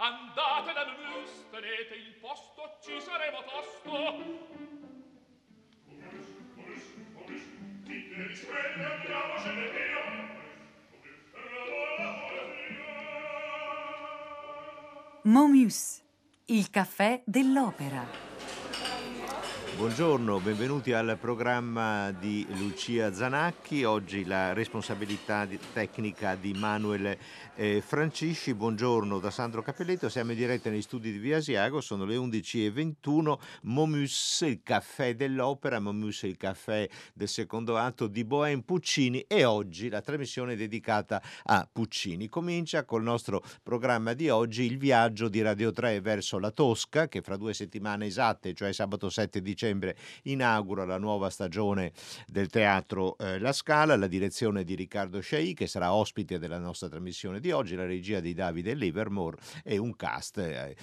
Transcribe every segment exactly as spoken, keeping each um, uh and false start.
andate da Mus, tenete il posto, ci saremo tosto. Momus, il caffè dell'opera. Buongiorno, benvenuti al programma di Lucia Zanacchi. Oggi la responsabilità di- tecnica di Manuel eh, Francisci. Buongiorno da Sandro Capelletto. Siamo in diretta negli studi di Via Asiago, sono le undici e ventuno. Momus, il caffè dell'opera, Momus, il caffè del secondo atto di Bohème Puccini, e oggi la trasmissione è dedicata a Puccini. Comincia col nostro programma di oggi, il viaggio di Radio tre verso la Tosca, che fra due settimane esatte, cioè sabato sette dicembre, inaugura la nuova stagione del teatro eh, La Scala. La direzione di Riccardo Sciai, che sarà ospite della nostra trasmissione di oggi, la regia di Davide Livermore e un cast eh,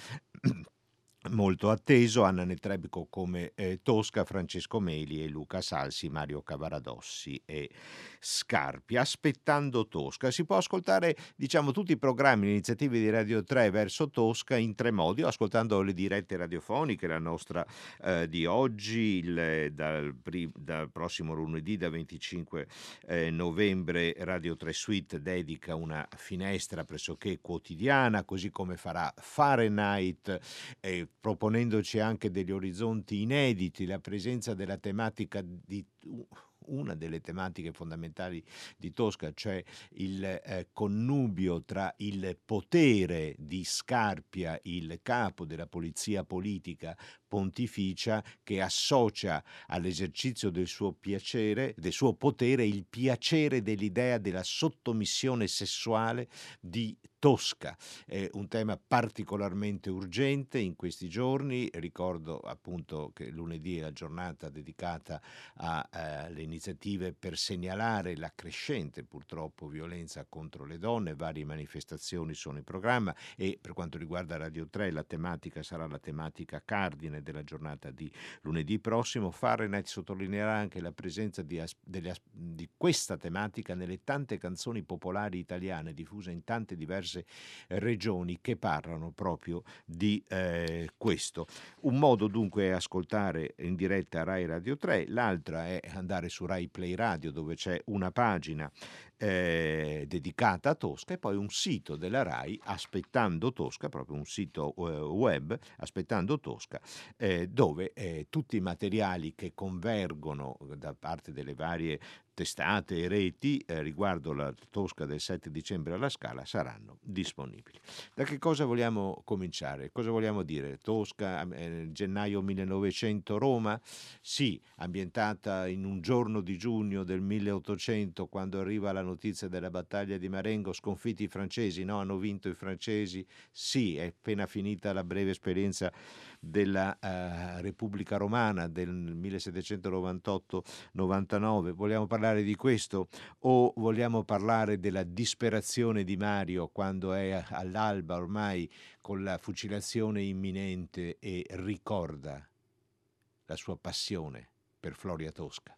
molto atteso: Anna Netrebko come eh, Tosca, Francesco Meli e Luca Salsi, Mario Cavaradossi e Scarpi. Aspettando Tosca si può ascoltare, diciamo, tutti i programmi, le iniziative di Radio tre verso Tosca in tre modi: o ascoltando le dirette radiofoniche, la nostra eh, di oggi, il, dal, pri- dal prossimo lunedì, da venticinque eh, novembre, Radio tre Suite dedica una finestra pressoché quotidiana, così come farà Fahrenheit, eh, proponendoci anche degli orizzonti inediti, la presenza della tematica di una delle tematiche fondamentali di Tosca, cioè il eh, connubio tra il potere di Scarpia, il capo della polizia politica pontificia, che associa all'esercizio del suo piacere, del suo potere, il piacere dell'idea della sottomissione sessuale di Tosca. È un tema particolarmente urgente in questi giorni. Ricordo appunto che lunedì è la giornata dedicata alle eh, iniziative per segnalare la crescente, purtroppo, violenza contro le donne. Varie manifestazioni sono in programma, e per quanto riguarda Radio tre la tematica sarà la tematica cardine della giornata di lunedì prossimo. Fahrenheit sottolineerà anche la presenza di, as- delle as- di questa tematica nelle tante canzoni popolari italiane diffuse in tante diverse regioni che parlano proprio di eh, questo. Un modo dunque è ascoltare in diretta Rai Radio tre, l'altra è andare su Rai Play Radio, dove c'è una pagina eh, dedicata a Tosca, e poi un sito della Rai, Aspettando Tosca, proprio un sito eh, web, Aspettando Tosca, eh, dove eh, tutti i materiali che convergono da parte delle varie testate e reti eh, riguardo la Tosca del sette dicembre alla Scala saranno disponibili. Da che cosa vogliamo cominciare? Cosa vogliamo dire? Tosca, eh, gennaio millenovecento, Roma? Sì, ambientata in un giorno di giugno del milleottocento, quando arriva la notizia della battaglia di Marengo, sconfitti i francesi, no? Hanno vinto i francesi? Sì, è appena finita la breve esperienza della uh, Repubblica Romana del millesettecentonovantotto novantanove. Vogliamo parlare di questo, o vogliamo parlare della disperazione di Mario quando è all'alba ormai con la fucilazione imminente e ricorda la sua passione per Floria Tosca?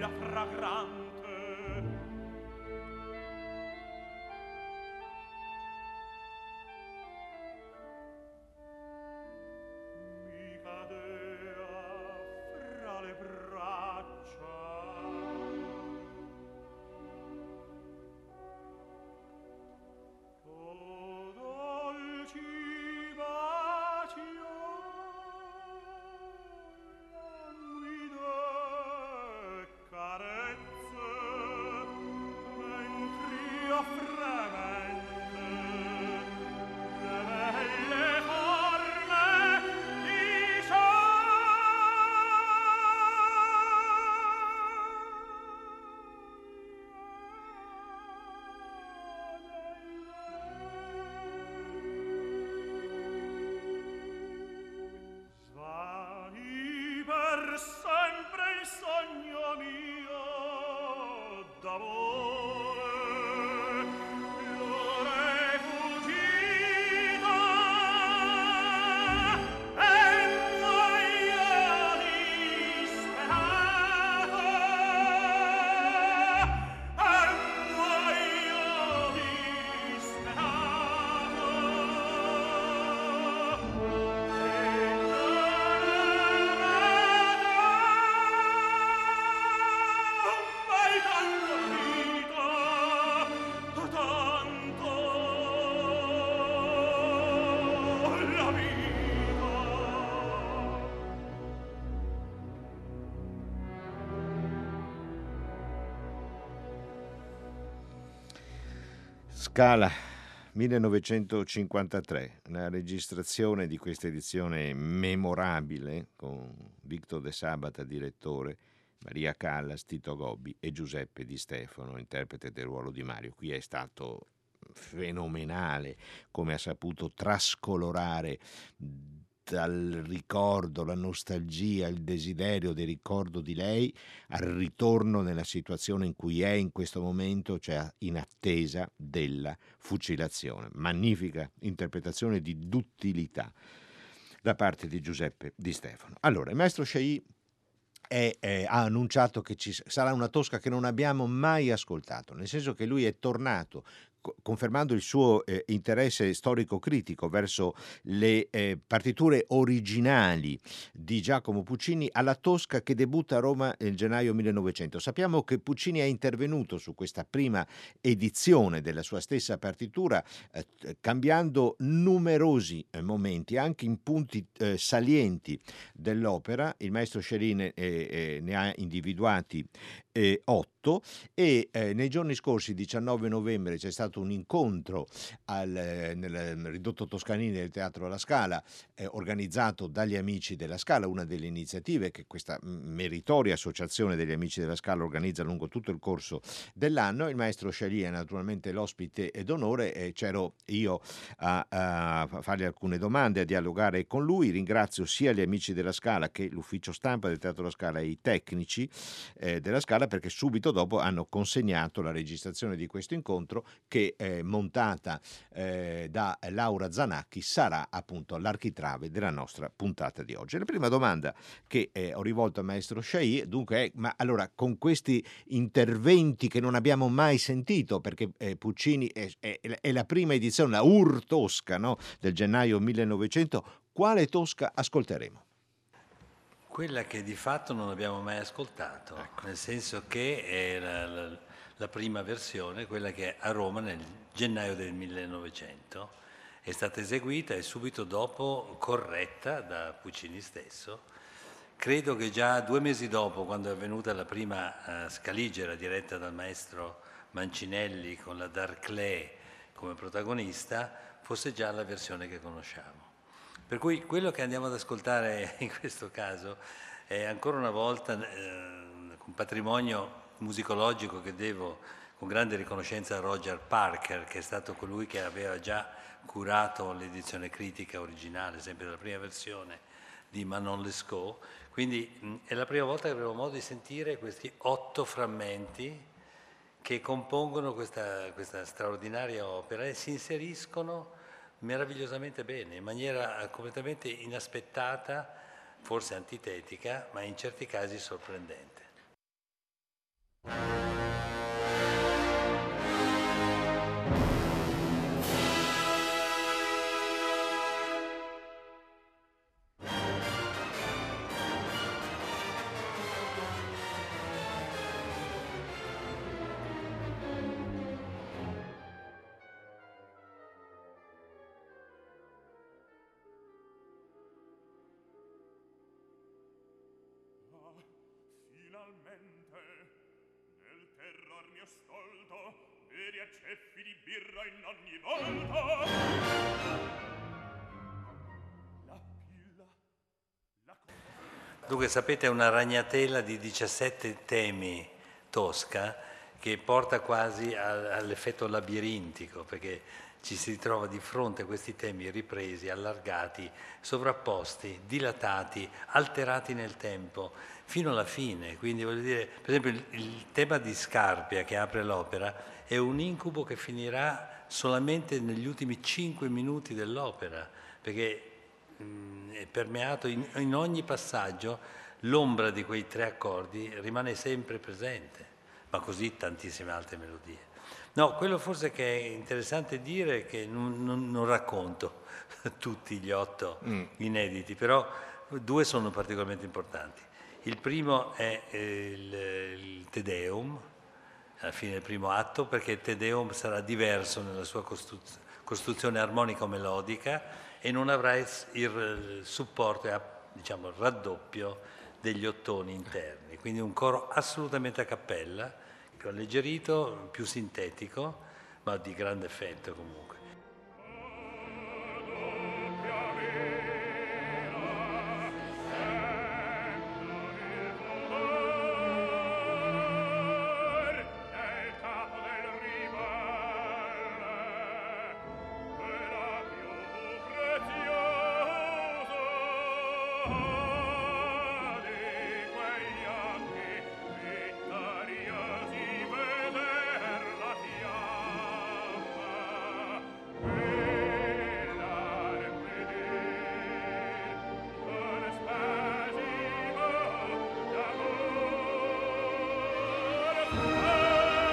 bella fragrante. Mi cadea fra le braccia. O dolci baci, languide carezze, mentr'io fremente le belle forme di svani per sempre il sogno mio d'amore, l'ora è fuggita e muoio disperato, e muoio disperato. Mai tanto vita, tanto la vita. Scala millenovecentocinquantatré, la registrazione di questa edizione memorabile con Victor De Sabata direttore, Maria Callas, Tito Gobbi e Giuseppe Di Stefano, interprete del ruolo di Mario. Qui è stato fenomenale come ha saputo trascolorare dal ricordo, la nostalgia, il desiderio del ricordo di lei al ritorno nella situazione in cui è in questo momento, cioè in attesa della fucilazione. Magnifica interpretazione di duttilità da parte di Giuseppe Di Stefano. Allora, il maestro Chailly è, eh, ha annunciato che ci sarà una Tosca che non abbiamo mai ascoltato, nel senso che lui è tornato confermando il suo eh, interesse storico-critico verso le eh, partiture originali di Giacomo Puccini, alla Tosca che debutta a Roma nel gennaio millenovecento. Sappiamo che Puccini è intervenuto su questa prima edizione della sua stessa partitura, eh, cambiando numerosi eh, momenti, anche in punti eh, salienti dell'opera. Il maestro Chailly ne, eh, eh, ne ha individuati eh, otto e eh, nei giorni scorsi, diciannove novembre, c'è stato un incontro al, eh, nel ridotto Toscanini del Teatro La Scala, eh, organizzato dagli Amici della Scala, una delle iniziative che questa meritoria associazione degli Amici della Scala organizza lungo tutto il corso dell'anno. Il maestro Chailly è naturalmente l'ospite d'onore e c'ero io a, a fargli alcune domande, a dialogare con lui. Ringrazio sia gli Amici della Scala che l'ufficio stampa del Teatro La Scala e i tecnici eh, della Scala, perché subito dopo hanno consegnato la registrazione di questo incontro che eh, montata eh, da Laura Zanacchi sarà appunto l'architrave della nostra puntata di oggi. La prima domanda che eh, ho rivolto al maestro Chailly dunque è: ma allora, con questi interventi che non abbiamo mai sentito, perché eh, Puccini è, è, è la prima edizione, la Ur Tosca, no, del gennaio millenovecento, quale Tosca ascolteremo? Quella che di fatto non abbiamo mai ascoltato, ecco. Nel senso che è la, la, la prima versione, quella che a Roma nel gennaio del millenovecento è stata eseguita e subito dopo corretta da Puccini stesso. Credo che già due mesi dopo, quando è avvenuta la prima uh, scaligera diretta dal maestro Mancinelli con la Darclé come protagonista, fosse già la versione che conosciamo. Per cui quello che andiamo ad ascoltare in questo caso è ancora una volta eh, un patrimonio musicologico che devo con grande riconoscenza a Roger Parker, che è stato colui che aveva già curato l'edizione critica originale, sempre della prima versione di Manon Lescaut. Quindi mh, è la prima volta che avremo modo di sentire questi otto frammenti che compongono questa, questa straordinaria opera e si inseriscono meravigliosamente bene, in maniera completamente inaspettata, forse antitetica, ma in certi casi sorprendente. stolto, veri a ceffi di birra in ogni volta. La pilla, la cosa... Dunque, sapete, è una ragnatela di diciassette temi tosca che porta quasi a- all'effetto labirintico, perché ci si ritrova di fronte a questi temi ripresi, allargati, sovrapposti, dilatati, alterati nel tempo, fino alla fine. Quindi voglio dire, per esempio, il, il tema di Scarpia che apre l'opera è un incubo che finirà solamente negli ultimi cinque minuti dell'opera, perché mh, è permeato in, in ogni passaggio, l'ombra di quei tre accordi rimane sempre presente, ma così tantissime altre melodie. No, quello forse che è interessante dire è che non, non- non racconto tutti gli otto inediti, però due sono particolarmente importanti. Il primo è eh, il, il Te Deum, alla fine del primo atto, perché il Te Deum sarà diverso nella sua costru- costruzione armonico-melodica e non avrà il, il supporto, e, diciamo, il raddoppio degli ottoni interni, quindi un coro assolutamente a cappella, più alleggerito, più sintetico, ma di grande effetto comunque. Nel capo del rivale quella più preziosa di quegli occhi vittoriosi veder la fiamma e l'arcodir con spasimo d'amor.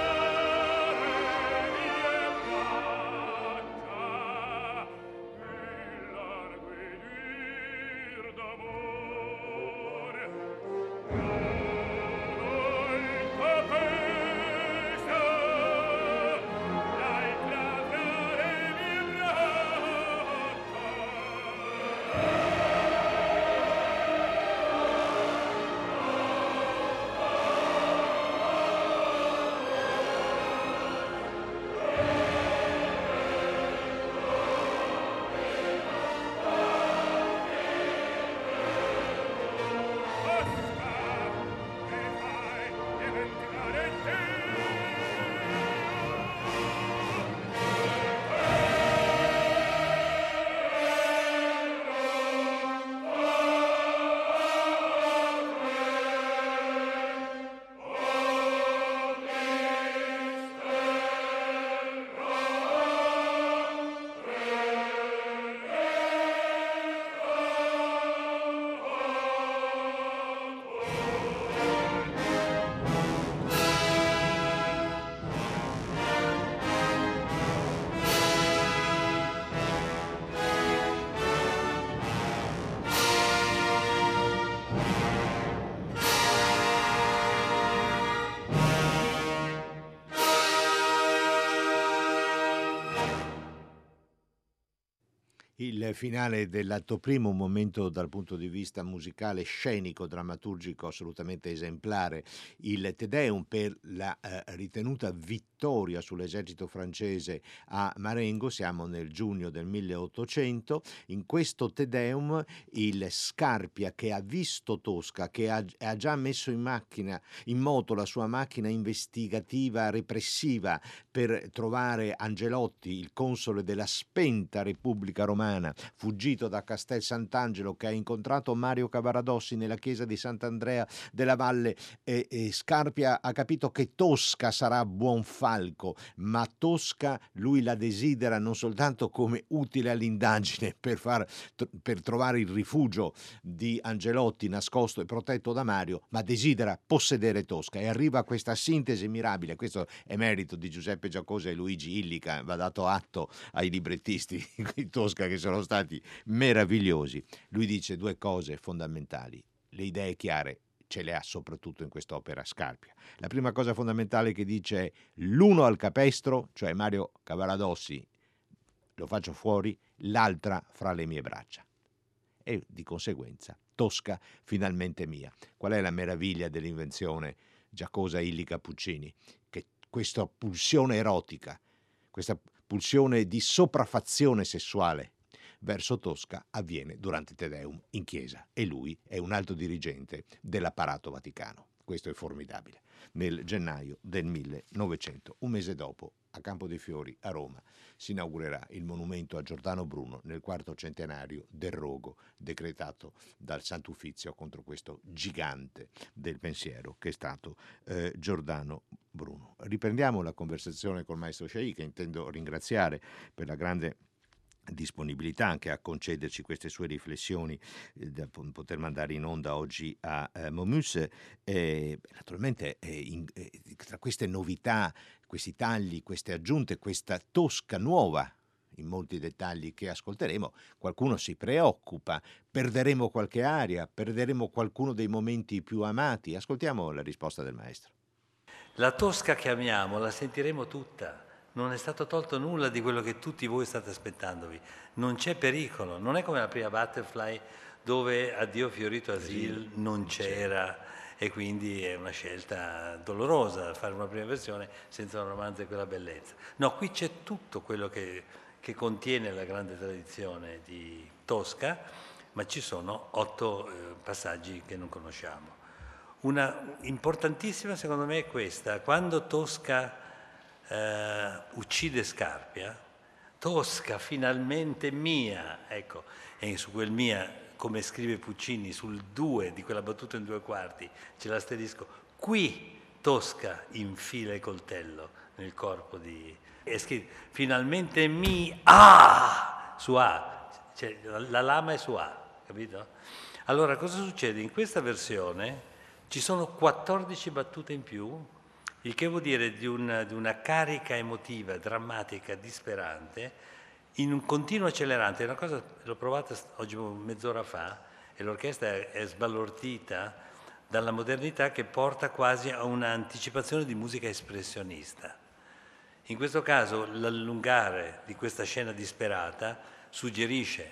Il finale dell'atto primo, un momento dal punto di vista musicale, scenico, drammaturgico assolutamente esemplare, il Te Deum per la eh, ritenuta vittoria sull'esercito francese a Marengo. Siamo nel giugno del milleottocento. In questo Te Deum il Scarpia, che ha visto Tosca, che ha, ha già messo in macchina, in moto la sua macchina investigativa repressiva per trovare Angelotti, il console della spenta Repubblica Romana, fuggito da Castel Sant'Angelo, che ha incontrato Mario Cavaradossi nella chiesa di Sant'Andrea della Valle. E, e Scarpia ha capito che Tosca sarà buon falco, ma Tosca lui la desidera non soltanto come utile all'indagine per, far, per trovare il rifugio di Angelotti nascosto e protetto da Mario, ma desidera possedere Tosca, e arriva a questa sintesi mirabile. Questo è merito di Giuseppe Giacosa e Luigi Illica, va dato atto ai librettisti di Tosca, che sono stati meravigliosi. Lui dice due cose fondamentali: le idee chiare ce le ha soprattutto in quest'opera Scarpia. La prima cosa fondamentale che dice è: l'uno al capestro, cioè Mario Cavaradossi, lo faccio fuori, l'altra fra le mie braccia. E di conseguenza Tosca finalmente mia. Qual è la meraviglia dell'invenzione Giacosa Illica Puccini? Che questa pulsione erotica, questa pulsione di sopraffazione sessuale verso Tosca avviene durante Te Deum in chiesa e lui è un alto dirigente dell'apparato vaticano. Questo è formidabile. Nel gennaio del millenovecento, un mese dopo, a Campo dei Fiori, a Roma, si inaugurerà il monumento a Giordano Bruno nel quarto centenario del rogo decretato dal Sant'Uffizio contro questo gigante del pensiero che è stato eh, Giordano Bruno. Riprendiamo la conversazione col maestro Chailly, che intendo ringraziare per la grande disponibilità anche a concederci queste sue riflessioni eh, da poter mandare in onda oggi a eh, Momus. Eh, naturalmente eh, in, eh, tra queste novità, questi tagli, queste aggiunte, questa Tosca nuova in molti dettagli che ascolteremo, qualcuno si preoccupa, perderemo qualche aria, perderemo qualcuno dei momenti più amati. Ascoltiamo la risposta del maestro. La Tosca che amiamo la sentiremo tutta. Non è stato tolto nulla di quello che tutti voi state aspettandovi. Non c'è pericolo. Non è come la prima Butterfly dove Addio fiorito asil non c'era e quindi è una scelta dolorosa fare una prima versione senza un romanzo di quella bellezza. No, qui c'è tutto quello che, che contiene la grande tradizione di Tosca, ma ci sono otto eh, passaggi che non conosciamo. Una importantissima secondo me è questa. Quando Tosca Uh, uccide Scarpia, Tosca finalmente mia, ecco, e su quel mia, come scrive Puccini, sul due di quella battuta in due quarti, c'è l'asterisco, qui Tosca infila il coltello nel corpo di... e scrive, finalmente mi... Ah! Su A, cioè, la, la lama è su A, capito? Allora, cosa succede? In questa versione ci sono quattordici battute in più, il che vuol dire di una, di una carica emotiva, drammatica, disperante, in un continuo accelerante. È una cosa, l'ho provata oggi mezz'ora fa, e l'orchestra è, è sbalordita dalla modernità che porta quasi a un'anticipazione di musica espressionista. In questo caso l'allungare di questa scena disperata suggerisce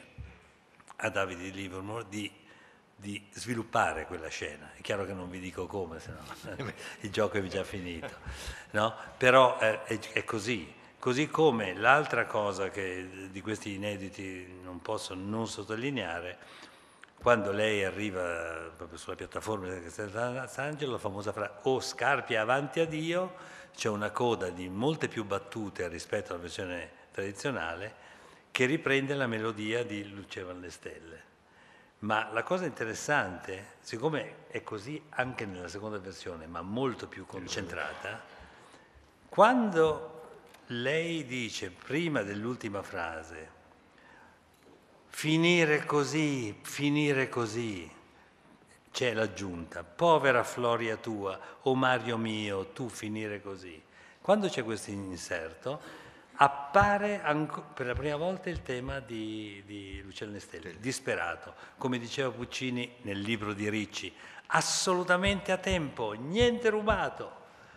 a Davide di Livermore di di sviluppare quella scena. È chiaro che non vi dico come, se no il gioco è già finito, no? Però eh, è, è così. Così come l'altra cosa che di questi inediti non posso non sottolineare, quando lei arriva proprio sulla piattaforma di Sant'Angelo, la famosa frase «O Scarpia avanti a Dio», c'è una coda di molte più battute rispetto alla versione tradizionale che riprende la melodia di Lucevano le stelle. Ma la cosa interessante, siccome è così anche nella seconda versione, ma molto più concentrata, quando lei dice, prima dell'ultima frase, finire così, finire così, c'è l'aggiunta, povera Floria tua, o Mario mio, tu finire così. Quando c'è questo inserto, appare anco, per la prima volta il tema di, di Lucelle Stelle, disperato, come diceva Puccini nel libro di Ricci, assolutamente a tempo, niente rubato,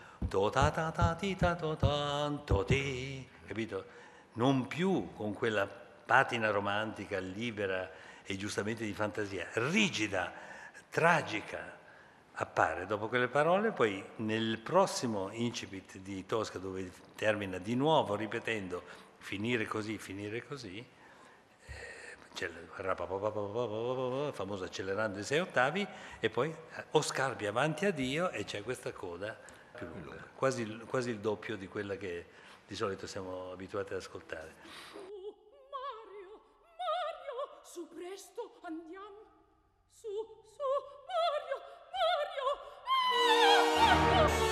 capito? Non più con quella patina romantica, libera e giustamente di fantasia, rigida, tragica. Appare dopo quelle parole, poi nel prossimo incipit di Tosca, dove termina di nuovo ripetendo finire così, finire così, c'è il famoso accelerando in sei ottavi, e poi O Scarpia avanti a Dio, e c'è questa coda più lunga, quasi, quasi il doppio di quella che di solito siamo abituati ad ascoltare. Mario, Mario, su presto andiamo, su, su, Mario, Mario, Mario,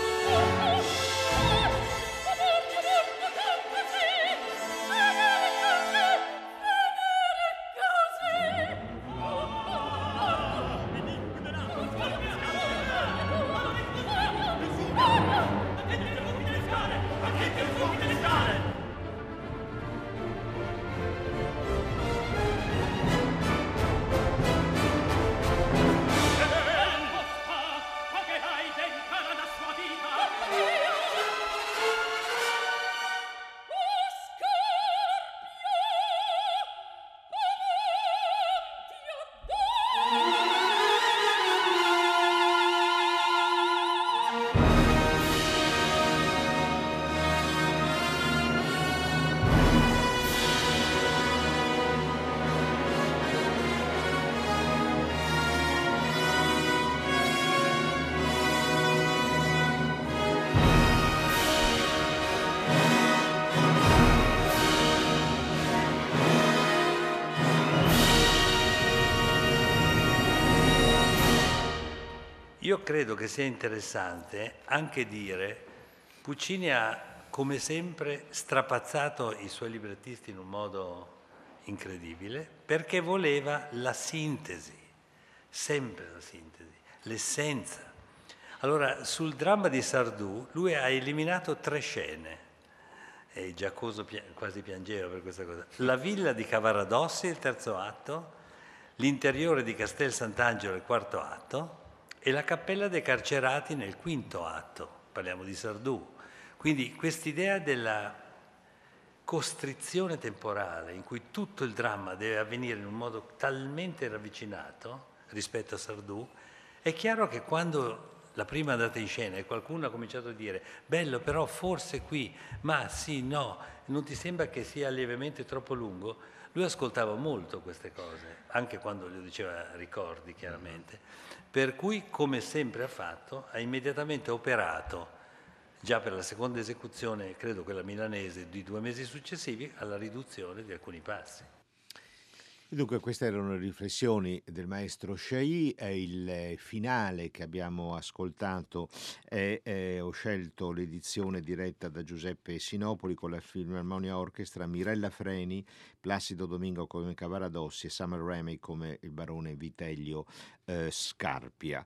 io credo che sia interessante anche dire Puccini ha come sempre strapazzato i suoi librettisti in un modo incredibile perché voleva la sintesi, sempre la sintesi, l'essenza. Allora, sul dramma di Sardou lui ha eliminato tre scene e Giacoso pia- quasi piangeva per questa cosa. La villa di Cavaradossi, il terzo atto, l'interiore di Castel Sant'Angelo, il quarto atto, e la cappella dei carcerati nel quinto atto, parliamo di Sardou. Quindi quest'idea della costrizione temporale in cui tutto il dramma deve avvenire in un modo talmente ravvicinato rispetto a Sardou, è chiaro che quando la prima andata in scena e qualcuno ha cominciato a dire bello però forse qui, ma sì, no, non ti sembra che sia lievemente troppo lungo? Lui ascoltava molto queste cose, anche quando lo diceva ricordi chiaramente, per cui come sempre ha fatto, ha immediatamente operato già per la seconda esecuzione, credo quella milanese, di due mesi successivi, alla riduzione di alcuni passi. Dunque, queste erano le riflessioni del maestro Chailly, è il finale che abbiamo ascoltato, è, è- ho scelto l'edizione diretta da Giuseppe Sinopoli con la Philharmonia Orchestra, Mirella Freni, Placido Domingo come Cavaradossi e Summer Raimi come il barone Vitelio eh, Scarpia.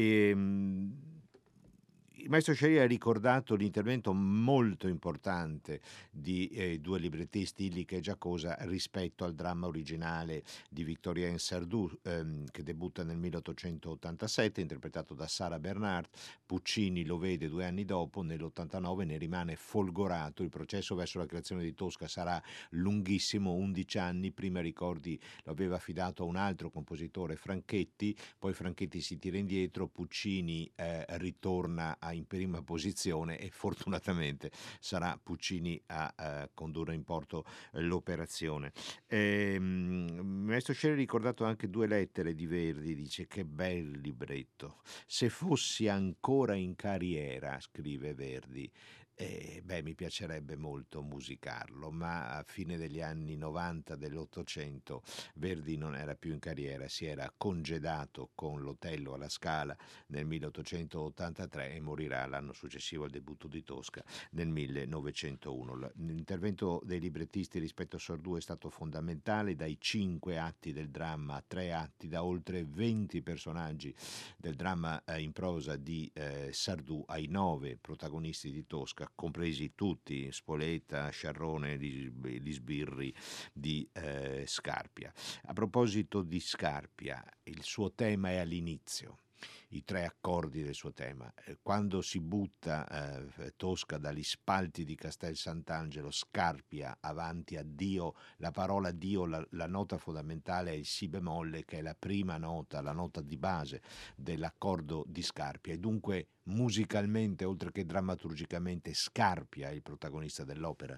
E, il maestro Chailly ha ricordato l'intervento molto importante di eh, due librettisti, Illica e Giacosa, rispetto al dramma originale di Victorien Sardou, ehm, che debutta nel milleottocentottantasette, interpretato da Sara Bernard. Puccini lo vede due anni dopo, nell'ottantanove ne rimane folgorato. Il processo verso la creazione di Tosca sarà lunghissimo, undici anni. Prima, ricordi, lo aveva affidato a un altro compositore, Franchetti, poi Franchetti si tira indietro, Puccini eh, ritorna a- in prima posizione e fortunatamente sarà Puccini a eh, condurre in porto eh, l'operazione. Ehm, Maestro Scelli ha ricordato anche due lettere di Verdi, dice che bel libretto, se fossi ancora in carriera, scrive Verdi, eh, beh, mi piacerebbe molto musicarlo, ma a fine degli anni novanta dell'Ottocento Verdi non era più in carriera, si era congedato con l'Otello alla Scala nel milleottocentottantatré e morirà l'anno successivo al debutto di Tosca nel millenovecentouno. L'intervento dei librettisti rispetto a Sardou è stato fondamentale, dai cinque atti del dramma a tre atti, da oltre venti personaggi del dramma eh, in prosa di eh, Sardou ai nove protagonisti di Tosca, compresi tutti, Spoletta, Sciarrone, gli gli sbirri di eh, Scarpia. A proposito di Scarpia, il suo tema è all'inizio, i tre accordi del suo tema. Eh, Quando si butta eh, Tosca dagli spalti di Castel Sant'Angelo, Scarpia avanti a Dio, la parola Dio, la, la nota fondamentale è il Si bemolle, che è la prima nota, la nota di base dell'accordo di Scarpia. E dunque musicalmente, oltre che drammaturgicamente, Scarpia è il protagonista dell'opera.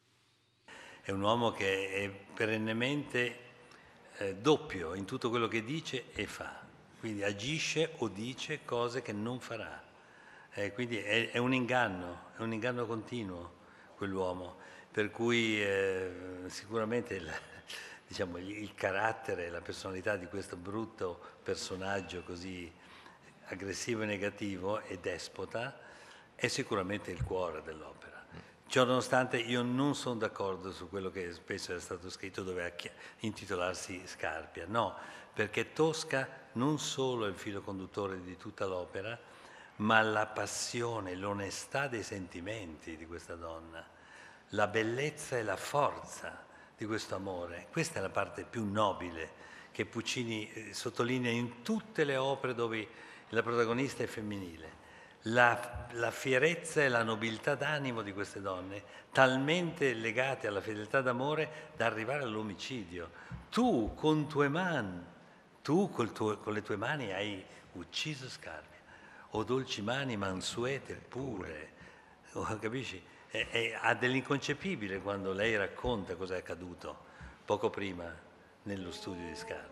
È un uomo che è perennemente eh, doppio in tutto quello che dice e fa, quindi agisce o dice cose che non farà. Eh, quindi è, è un inganno, è un inganno continuo quell'uomo, per cui eh, sicuramente il, diciamo, il, il carattere, la personalità di questo brutto personaggio così aggressivo e negativo e despota è sicuramente il cuore dell'opera. Ciò nonostante io non sono d'accordo su quello che spesso è stato scritto, doveva chi- intitolarsi Scarpia, no, perché Tosca non solo è il filo conduttore di tutta l'opera, ma la passione, l'onestà dei sentimenti di questa donna, la bellezza e la forza di questo amore. Questa è la parte più nobile che Puccini eh, sottolinea in tutte le opere dove la protagonista è femminile. La, la fierezza e la nobiltà d'animo di queste donne, talmente legate alla fedeltà d'amore da arrivare all'omicidio. Tu con tue mani, tu col tuo- con le tue mani hai ucciso Scarpia, o dolci mani mansuete pure. Oh, capisci? È- è- ha dell'inconcepibile quando lei racconta cosa è accaduto poco prima nello studio di Scarpia.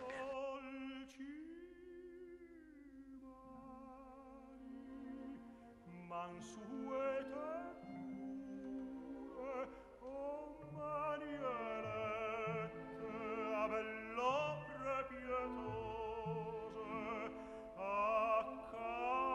Mansuete pure, o mani elette, a bell'opre pietose, a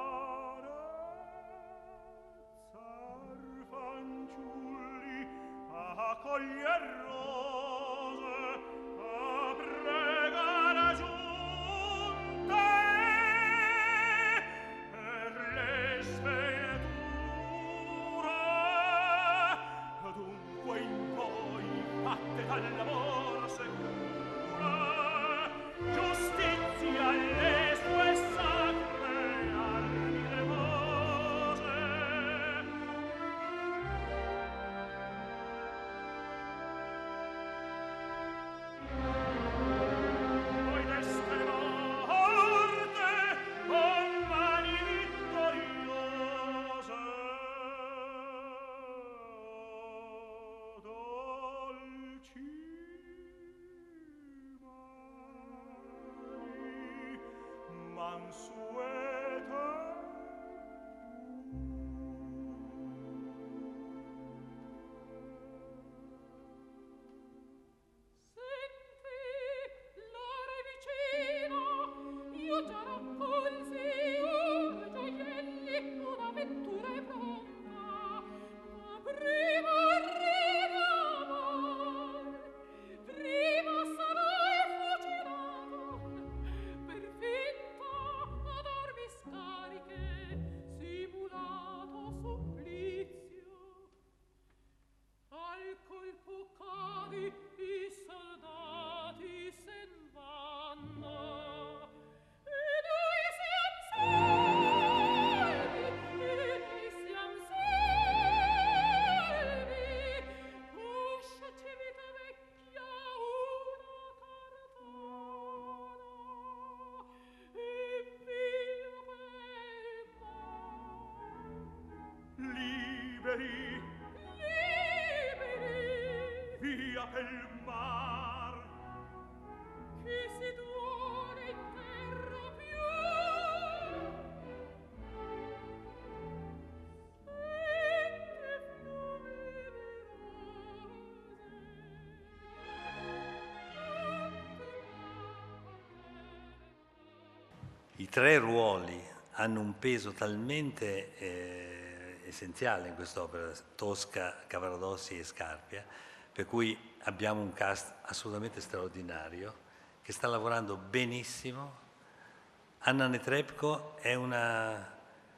I tre ruoli hanno un peso talmente eh, essenziale in quest'opera, Tosca, Cavaradossi e Scarpia, per cui abbiamo un cast assolutamente straordinario che sta lavorando benissimo. Anna Netrebko è una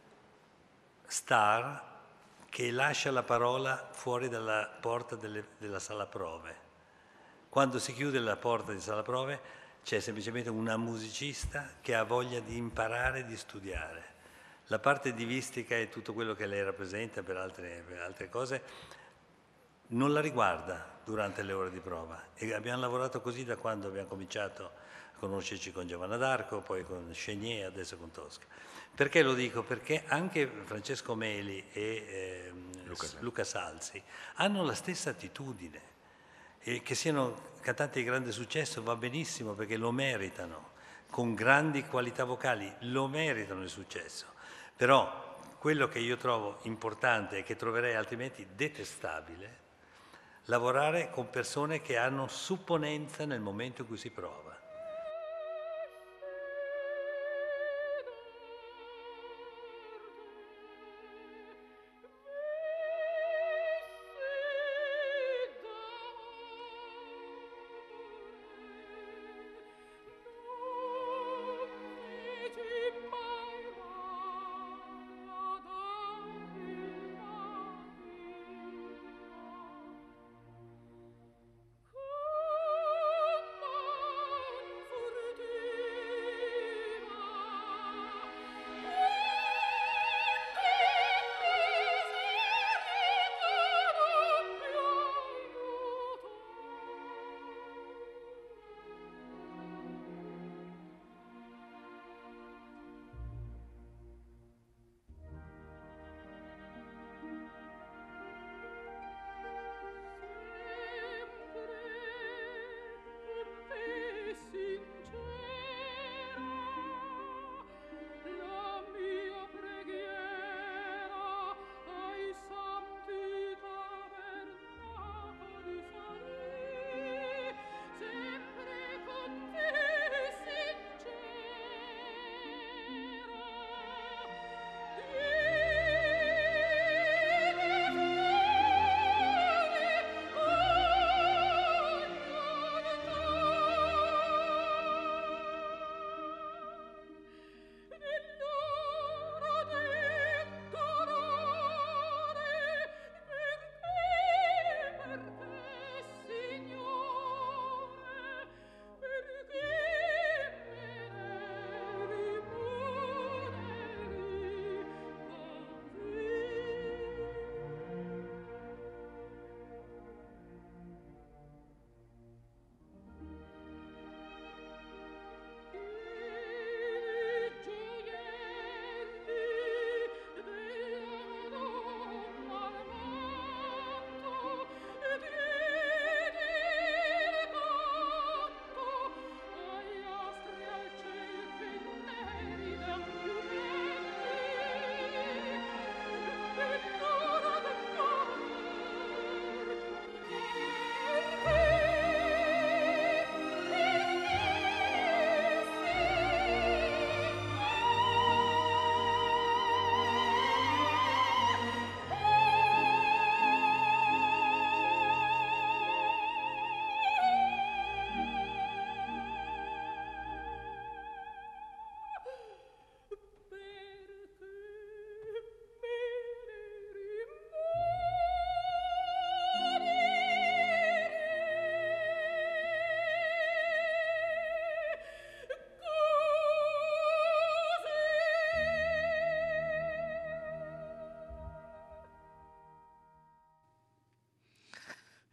star che lascia la parola fuori dalla porta delle, della sala prove. Quando si chiude la porta di sala prove c'è semplicemente una musicista che ha voglia di imparare e di studiare. La parte divistica e tutto quello che lei rappresenta per altre, per altre cose non la riguarda durante le ore di prova. E abbiamo lavorato così da quando abbiamo cominciato a conoscerci con Giovanna d'Arco, poi con Chenier, adesso con Tosca. Perché lo dico? Perché anche Francesco Meli e eh, Luca, Luca Salsi hanno la stessa attitudine. E che siano cantanti di grande successo va benissimo perché lo meritano, con grandi qualità vocali, lo meritano il successo. Però quello che io trovo importante e che troverei altrimenti detestabile, lavorare con persone che hanno supponenza nel momento in cui si prova.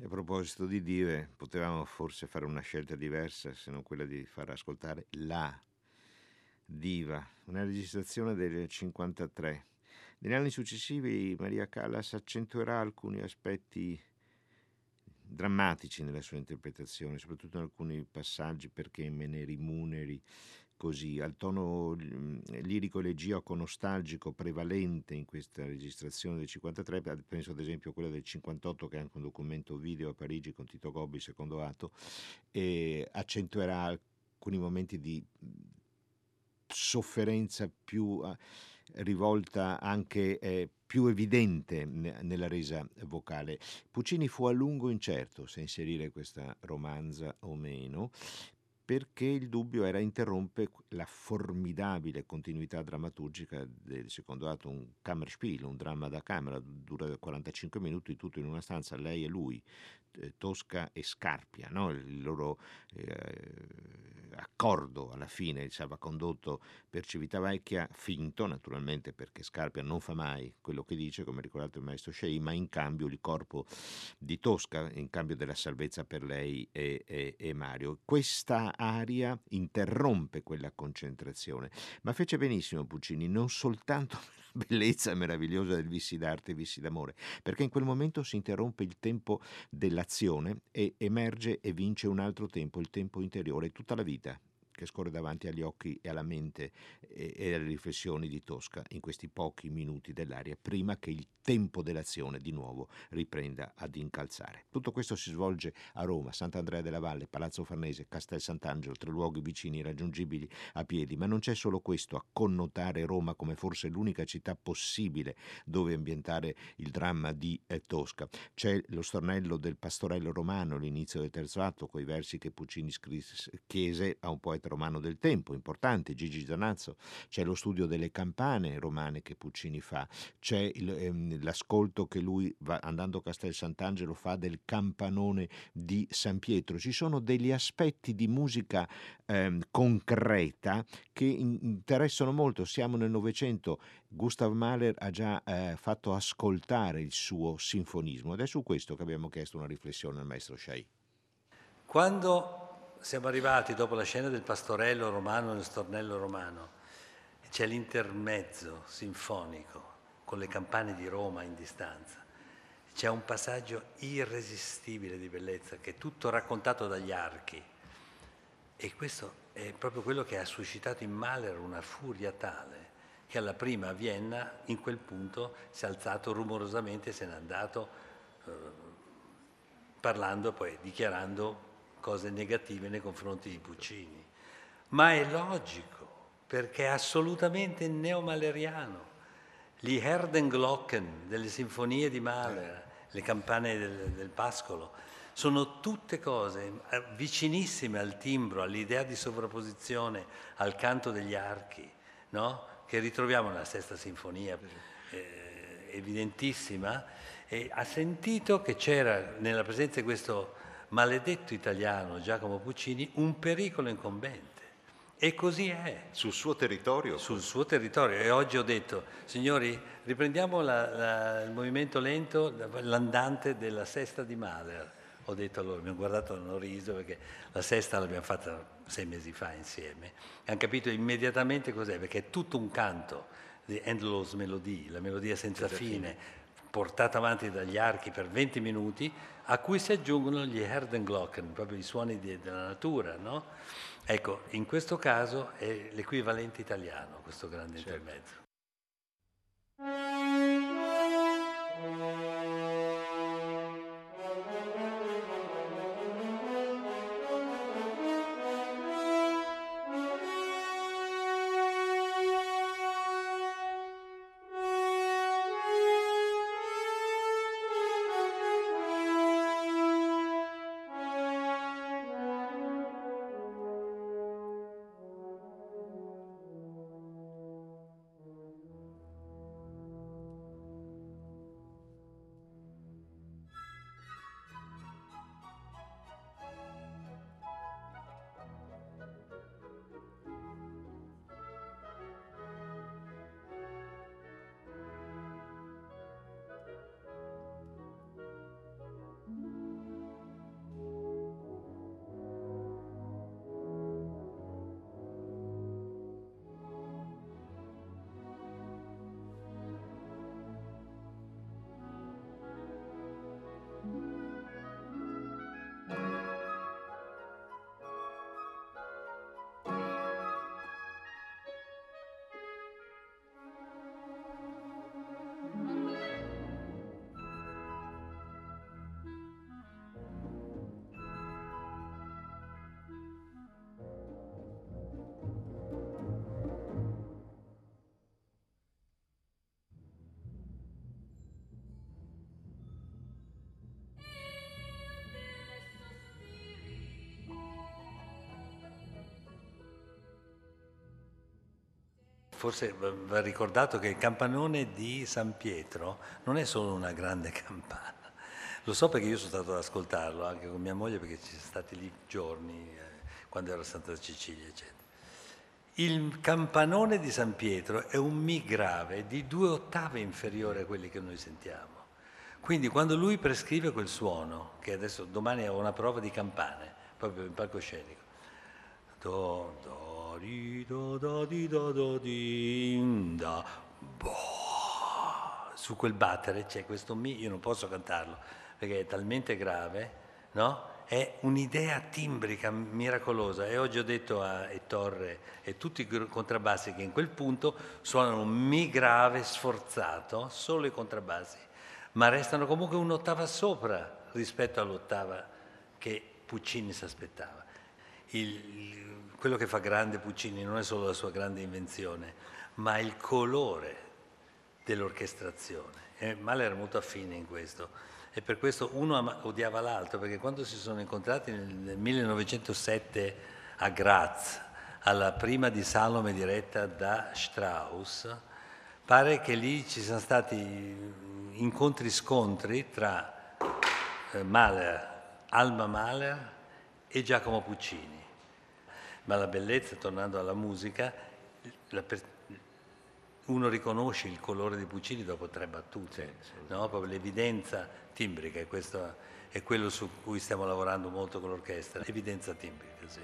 proposito di dive, potevamo forse fare una scelta diversa se non quella di far ascoltare La Diva, una registrazione del cinquantatré. Negli anni successivi Maria Callas accentuerà alcuni aspetti drammatici nella sua interpretazione, soprattutto in alcuni passaggi, perché me ne rimuneri così, al tono lirico-elegioco nostalgico prevalente in questa registrazione del cinquantatré, penso ad esempio a quella del cinquantotto, che è anche un documento video a Parigi con Tito Gobbi, secondo atto, e accentuerà alcuni momenti di sofferenza più rivolta, anche eh, più evidente nella resa vocale. Puccini fu a lungo incerto se inserire questa romanza o meno, perché il dubbio era interrompe la formidabile continuità drammaturgica del secondo atto, un Kammerspiel, un dramma da camera, dura quarantacinque minuti, tutto in una stanza, lei e lui, Tosca e Scarpia, no? Il loro eh, accordo alla fine, il salvacondotto per Civitavecchia, finto naturalmente, perché Scarpia non fa mai quello che dice, come ricordato il maestro Scei, ma in cambio il corpo di Tosca, in cambio della salvezza per lei e, e, e Mario. Questa aria interrompe quella concentrazione, ma fece benissimo Puccini, non soltanto la bellezza meravigliosa del vissi d'arte e vissi d'amore, perché in quel momento si interrompe il tempo dell'azione e emerge e vince un altro tempo, il tempo interiore, tutta la vita che scorre davanti agli occhi e alla mente e, e alle riflessioni di Tosca in questi pochi minuti dell'aria, prima che il tempo dell'azione di nuovo riprenda ad incalzare. Tutto questo si svolge a Roma, Sant'Andrea della Valle, Palazzo Farnese, Castel Sant'Angelo, tre luoghi vicini raggiungibili a piedi, ma non c'è solo questo a connotare Roma come forse l'unica città possibile dove ambientare il dramma di eh, Tosca. C'è lo stornello del Pastorello Romano, l'inizio del terzo atto, coi versi che Puccini scrisse, chiese a un poeta romano del tempo, importante, Gigi Zanazzo. C'è lo studio delle campane romane che Puccini fa, c'è il, ehm, l'ascolto che lui, va, andando a Castel Sant'Angelo, fa del campanone di San Pietro. Ci sono degli aspetti di musica ehm, concreta che in- interessano molto. Siamo nel Novecento, Gustav Mahler ha già eh, fatto ascoltare il suo sinfonismo ed è su questo che abbiamo chiesto una riflessione al maestro Scei. Quando siamo arrivati dopo la scena del pastorello romano nel stornello romano, c'è l'intermezzo sinfonico con le campane di Roma in distanza. C'è un passaggio irresistibile di bellezza che è tutto raccontato dagli archi. E questo è proprio quello che ha suscitato in Mahler una furia tale che alla prima a Vienna, in quel punto, si è alzato rumorosamente e se n'è andato eh, parlando, poi dichiarando cose negative nei confronti di Puccini. Ma è logico, perché è assolutamente neomaleriano. Gli Herdenglocken delle sinfonie di Mahler, le campane del, del Pascolo, sono tutte cose vicinissime al timbro, all'idea di sovrapposizione, al canto degli archi, no? Che ritroviamo nella Sesta Sinfonia, eh, evidentissima, e ha sentito che c'era nella presenza di questo maledetto italiano Giacomo Puccini un pericolo incombente. E così è. Sul suo territorio? Sul suo territorio. E oggi ho detto, signori, riprendiamo la, la, il movimento lento, l'andante della Sesta di Mahler. Ho detto a loro, mi hanno guardato e hanno riso perché la Sesta l'abbiamo fatta sei mesi fa insieme. E hanno capito immediatamente cos'è, perché è tutto un canto di Endless Melodie, la melodia senza fine, portata avanti dagli archi per venti minuti, a cui si aggiungono gli Herdenglocken, proprio i suoni di, della natura, no? Ecco, in questo caso è l'equivalente italiano, questo grande certo. intermezzo. forse va ricordato che il campanone di San Pietro non è solo una grande campana. Lo so perché io sono stato ad ascoltarlo anche con mia moglie, perché ci siamo stati lì giorni, eh, quando ero a Santa Cecilia, eccetera. Il campanone di San Pietro è un Mi grave di due ottave inferiore a quelli che noi sentiamo. Quindi quando lui prescrive quel suono, che adesso domani ho una prova di campane, proprio in palcoscenico, do, do, di, do, do, di, do, do, di, da, boh. Su quel battere c'è questo Mi, io non posso cantarlo, perché è talmente grave, no? È un'idea timbrica miracolosa, e oggi ho detto a Torre e tutti i contrabbassi che in quel punto suonano un Mi grave sforzato, solo i contrabbassi, ma restano comunque un'ottava sopra rispetto all'ottava che Puccini si aspettava. Il, quello che fa grande Puccini non è solo la sua grande invenzione, ma il colore dell'orchestrazione. E Mahler era molto affine in questo. E per questo uno odiava l'altro, perché quando si sono incontrati nel millenovecentosette a Graz, alla prima di Salome diretta da Strauss, pare che lì ci siano stati incontri-scontri tra Mahler, Alma Mahler e Giacomo Puccini. Ma la bellezza, tornando alla musica, la per- uno riconosce il colore di Puccini dopo tre battute, sì, sì. No? Proprio l'evidenza timbrica, e questo è quello su cui stiamo lavorando molto con l'orchestra, evidenza timbrica, sì.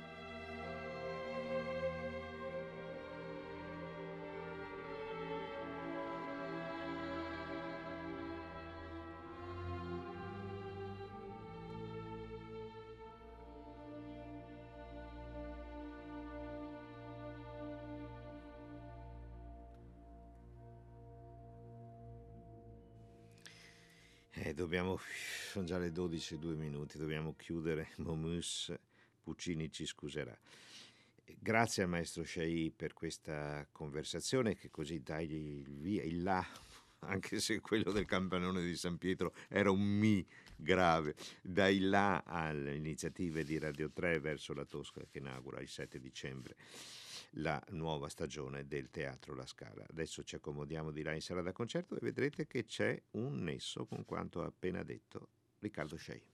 Eh, dobbiamo, sono già le dodici e due minuti, dobbiamo chiudere. Momus, Puccini ci scuserà. Grazie al maestro Chailly per questa conversazione, che così dai il via, il là, anche se quello del campanone di San Pietro era un Mi grave, dai là alle iniziative di Radio tre verso la Tosca, che inaugura il sette dicembre la nuova stagione del Teatro La Scala. Adesso ci accomodiamo di là in sala da concerto e vedrete che c'è un nesso con quanto ha appena detto Riccardo Chailly.